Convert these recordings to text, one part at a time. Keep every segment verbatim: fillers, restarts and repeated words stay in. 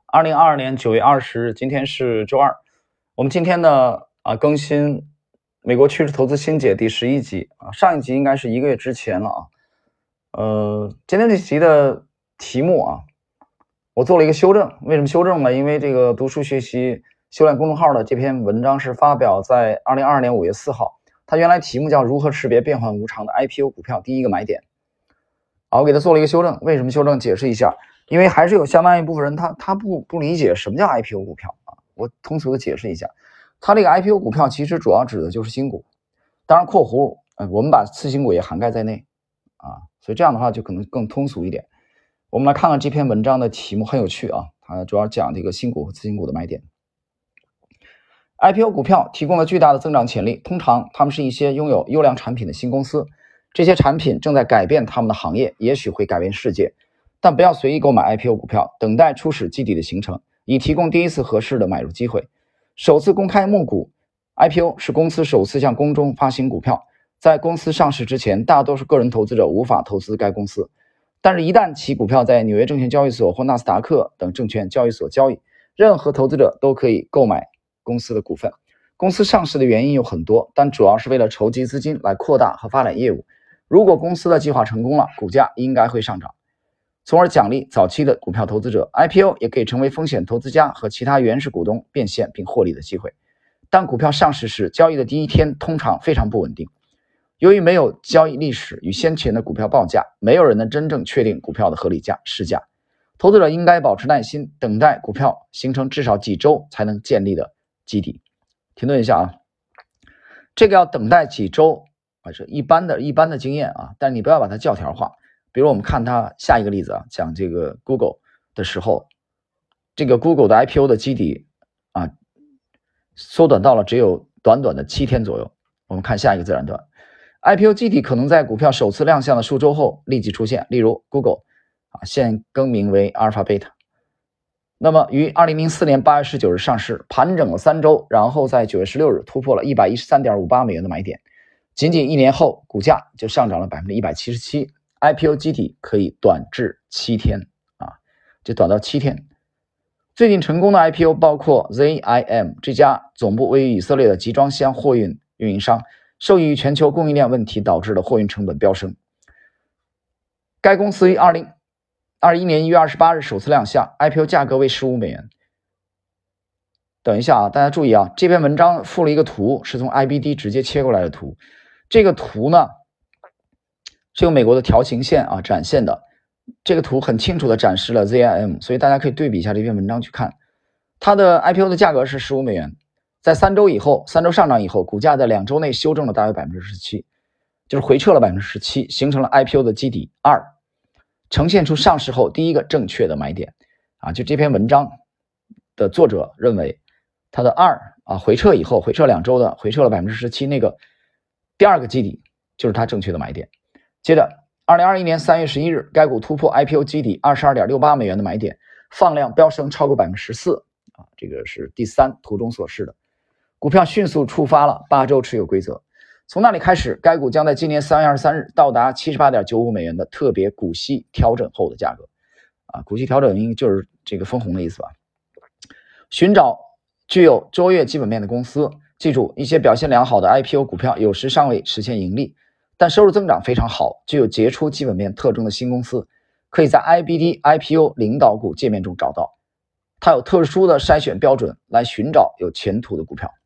二零二二年九月二十日，今天是周二。我们今天呢啊更新美国趋势投资新解第十一集啊，上一集应该是一个月之前了啊。呃，今天这集的题目啊，我做了一个修正。为什么修正呢？因为这个读书学习修炼公众号的这篇文章是发表在二零二二年五月四号，它原来题目叫如何识别变幻无常的 I P O 股票第一个买点。啊，我给它做了一个修正。为什么修正？解释一下。因为还是有相当一部分人他他不不理解什么叫 I P O 股票啊，我通俗的解释一下，它这个 I P O 股票其实主要指的就是新股，当然括弧呃我们把次新股也涵盖在内啊，所以这样的话就可能更通俗一点。我们来看看这篇文章的题目很有趣啊，它主要讲这个新股和次新股的买点。I P O 股票提供了巨大的增长潜力，通常它们是一些拥有优良产品的新公司，这些产品正在改变他们的行业，也许会改变世界。但不要随意购买 I P O 股票，等待初始基底的形成，以提供第一次合适的买入机会。首次公开募股 I P O 是公司首次向公众发行股票，在公司上市之前，大多数个人投资者无法投资该公司，但是一旦其股票在纽约证券交易所或纳斯达克等证券交易所交易，任何投资者都可以购买公司的股份。公司上市的原因有很多，但主要是为了筹集资金来扩大和发展业务。如果公司的计划成功了，股价应该会上涨，从而奖励早期的股票投资者。 I P O 也可以成为风险投资家和其他原始股东变现并获利的机会。当股票上市时，交易的第一天通常非常不稳定，由于没有交易历史与先前的股票报价，没有人能真正确定股票的合理价市价。投资者应该保持耐心，等待股票形成至少几周才能建立的基底。停顿一下啊，这个要等待几周啊，是一般的一般的经验啊，但你不要把它教条化。比如我们看它下一个例子啊，讲这个 Google 的时候，这个 Google 的 I P O 的基底啊，缩短到了只有短短的七天左右。我们看下一个自然段 ，I P O 基底可能在股票首次亮相的数周后立即出现，例如 Google 啊，现更名为 Alphabet， 那么于二零零四年八月十九日上市，盘整了三周，然后在九月十六日突破了 一百一十三点五八美元的买点，仅仅一年后股价就上涨了 百分之一百七十七。I P O 基底可以短至七天啊，就短到七天。最近成功的 I P O 包括 Z I M 这家总部位于以色列的集装箱货运运营商，受益于全球供应链问题导致的货运成本飙升。该公司于二零二一年一月二十八日首次亮相， I P O 价格为十五美元。等一下啊，大家注意啊，这篇文章附了一个图，是从 I B D 直接切过来的图。这个图呢是用美国的条形线啊展现的，这个图很清楚的展示了 Z I M， 所以大家可以对比一下这篇文章去看。它的 I P O 的价格是十五美元，在三周以后，三周上涨以后，股价在两周内修正了大约 百分之十七， 就是回撤了 百分之十七， 形成了 I P O 的基底二，呈现出上市后第一个正确的买点啊。就这篇文章的作者认为，它的二啊回撤以后，回撤两周的回撤了 百分之十七， 那个第二个基底就是它正确的买点。接着二零二一年三月十一日，该股突破 I P O 基底 二十二点六八美元的买点，放量飙升超过 百分之十四 啊，这个是第三图中所示的。股票迅速触发了八周持有规则，从那里开始，该股将在今年三月二十三日到达 七十八点九五美元的特别股息调整后的价格啊，股息调整就是这个分红的意思吧。寻找具有卓越基本面的公司，记住，一些表现良好的 I P O 股票有时尚未实现盈利，但收入增长非常好，具有杰出基本面特征的新公司，可以在 I B D I P O 领导股界面中找到。它有特殊的筛选标准来寻找有前途的股票。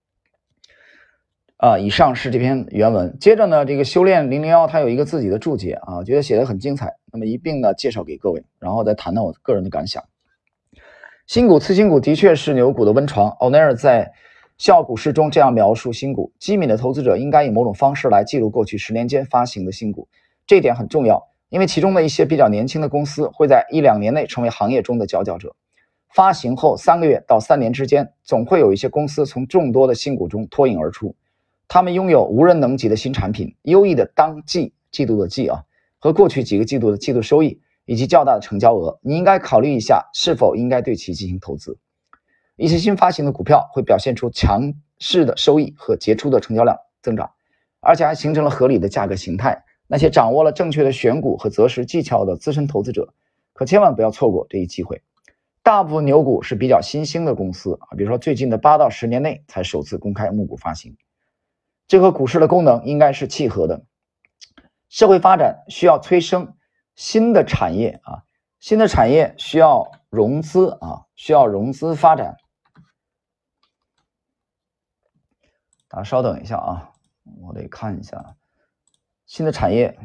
啊，以上是这篇原文。接着呢，这个修炼零零一它有一个自己的注解啊，我觉得写得很精彩，那么一并呢介绍给各位，然后再谈谈我个人的感想。新股次新股的确是牛股的温床，欧奈尔在笑傲股市中这样描述新股：机敏的投资者应该以某种方式来记录过去十年间发行的新股，这一点很重要，因为其中的一些比较年轻的公司会在一两年内成为行业中的佼佼者。发行后三个月到三年之间，总会有一些公司从众多的新股中脱颖而出，他们拥有无人能及的新产品、优异的当季季度的季啊和过去几个季度的季度收益，以及较大的成交额。你应该考虑一下是否应该对其进行投资。一些新发行的股票会表现出强势的收益和杰出的成交量增长，而且还形成了合理的价格形态。那些掌握了正确的选股和择时技巧的资深投资者可千万不要错过这一机会。 大部分牛股是比较新兴的公司啊，比如说最近的八到十年内才首次公开募股发行，这和股市的功能应该是契合的。社会发展需要催生新的产业啊，新的产业需要融资啊，需要融资发展。大家稍等一下啊，我得看一下新的产业。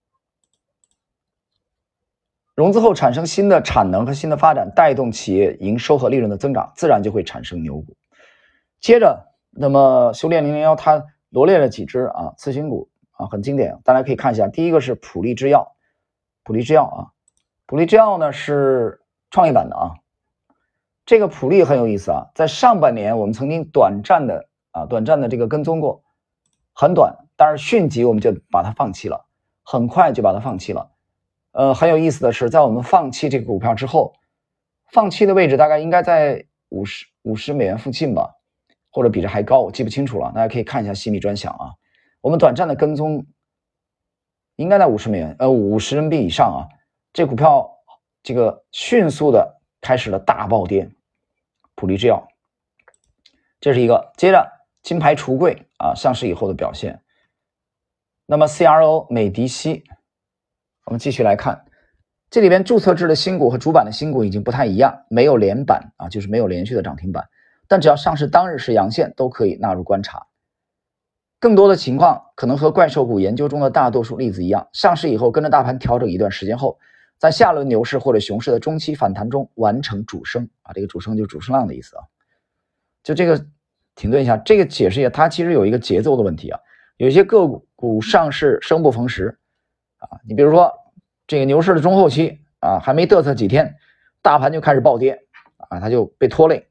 融资后产生新的产能和新的发展，带动企业营收和利润的增长，自然就会产生牛股。接着，那么修炼零零一它罗列了几只啊次新股啊，很经典，大家可以看一下。第一个是普利制药，普利制药啊，普利制药呢是创业板的啊。这个普利很有意思啊，在上半年我们曾经短暂的啊短暂的这个跟踪过，很短，但是迅即我们就把它放弃了，很快就把它放弃了。呃，很有意思的是，在我们放弃这个股票之后，放弃的位置大概应该在五十五十美元附近吧，或者比这还高，我记不清楚了。大家可以看一下细密专享啊。我们短暂的跟踪，应该在五十美元，呃，五十人民币以上啊。这股票这个迅速的开始了大暴跌，普利制药，这是一个。接着金牌橱柜啊，上市以后的表现。那么 C R O 美迪西。我们继续来看，这里边注册制的新股和主板的新股已经不太一样，没有连板啊，就是没有连续的涨停板，但只要上市当日是阳线，都可以纳入观察。更多的情况可能和怪兽股研究中的大多数例子一样，上市以后跟着大盘调整一段时间后，在下轮牛市或者熊市的中期反弹中完成主升啊，这个主升就是主升浪的意思啊。就这个停顿一下，这个解释一下，它其实有一个节奏的问题啊，有些个股上市生不逢时。啊，你比如说这个牛市的中后期啊，还没嘚瑟几天，大盘就开始暴跌啊，它就被拖累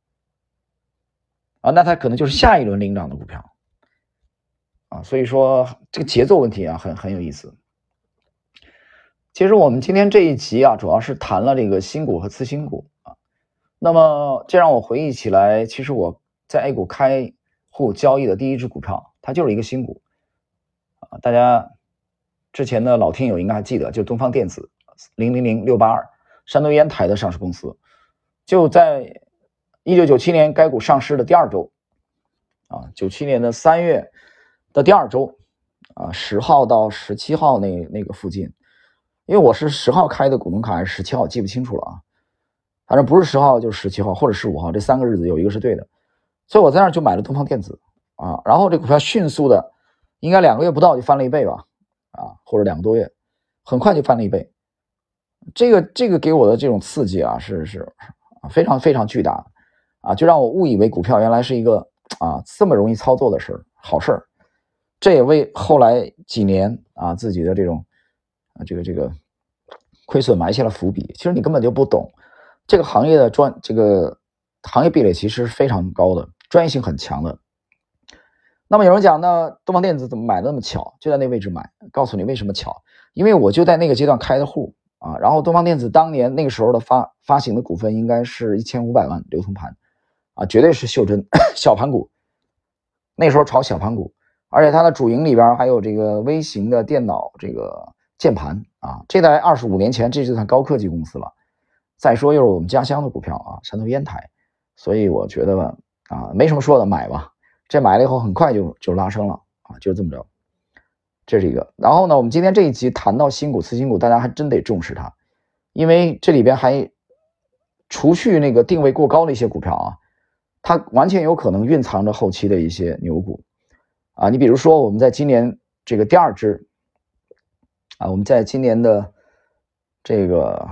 啊，那它可能就是下一轮领涨的股票啊，所以说这个节奏问题啊，很很有意思。其实我们今天这一集啊，主要是谈了这个新股和次新股啊，那么这让我回忆起来，其实我在 A 股开户交易的第一只股票，它就是一个新股啊，大家。之前的老听友应该还记得，就东方电子零零零六八二，山东烟台的上市公司，就在一九九七年该股上市的第二周，啊，九七年的三月的第二周，啊，十号到十七号那那个附近，因为我是十号开的股东卡还是十七号记不清楚了啊，反正不是十号就是十七号或者十五号，这三个日子有一个是对的，所以我在那儿就买了东方电子啊，然后这股票迅速的，应该两个月不到就翻了一倍吧。啊，或者两个多月，很快就翻了一倍。这个这个给我的这种刺激啊，是是非常非常巨大啊，就让我误以为股票原来是一个啊这么容易操作的事儿，好事儿。这也为后来几年啊自己的这种啊这个这个亏损埋下了伏笔。其实你根本就不懂这个行业的专这个行业壁垒，其实是非常高的，专业性很强的。那么有人讲，那东方电子怎么买的那么巧，就在那位置买？告诉你为什么巧，因为我就在那个阶段开的户啊。然后东方电子当年那个时候的发发行的股份应该是一千五百万流通盘啊，绝对是袖珍小盘股。那时候炒小盘股，而且它的主营里边还有这个微型的电脑这个键盘啊，这在二十五年前这就算高科技公司了。再说又是我们家乡的股票啊，山东烟台，所以我觉得吧啊，没什么说的，买吧。这买了以后很快就就拉升了啊，就这么着，这是一个。然后呢，我们今天这一集谈到新股、次新股，大家还真得重视它，因为这里边还除去那个定位过高的一些股票啊，它完全有可能蕴藏着后期的一些牛股啊。你比如说，我们在今年这个第二支啊，我们在今年的这个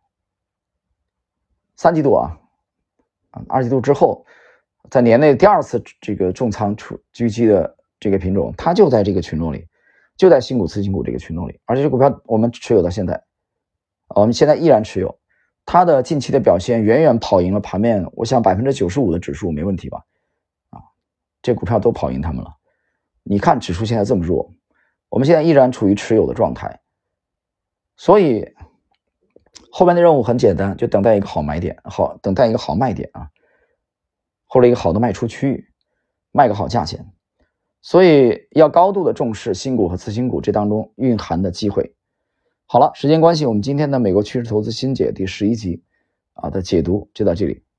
三季度啊，啊二季度之后。在年内第二次这个重仓出狙击的这个品种，它就在这个群落里，就在新股次新股这个群落里，而且这股票我们持有到现在，我们现在依然持有，它的近期的表现远远跑赢了盘面，我想百分之九十五的指数没问题吧？啊，这股票都跑赢他们了。你看指数现在这么弱，我们现在依然处于持有的状态，所以后面的任务很简单，就等待一个好买点，好等待一个好卖点啊。或者一个好的卖出区域，卖个好价钱，所以要高度的重视新股和次新股这当中蕴含的机会。好了，时间关系，我们今天的美国趋势投资新解第十一集啊的解读就到这里。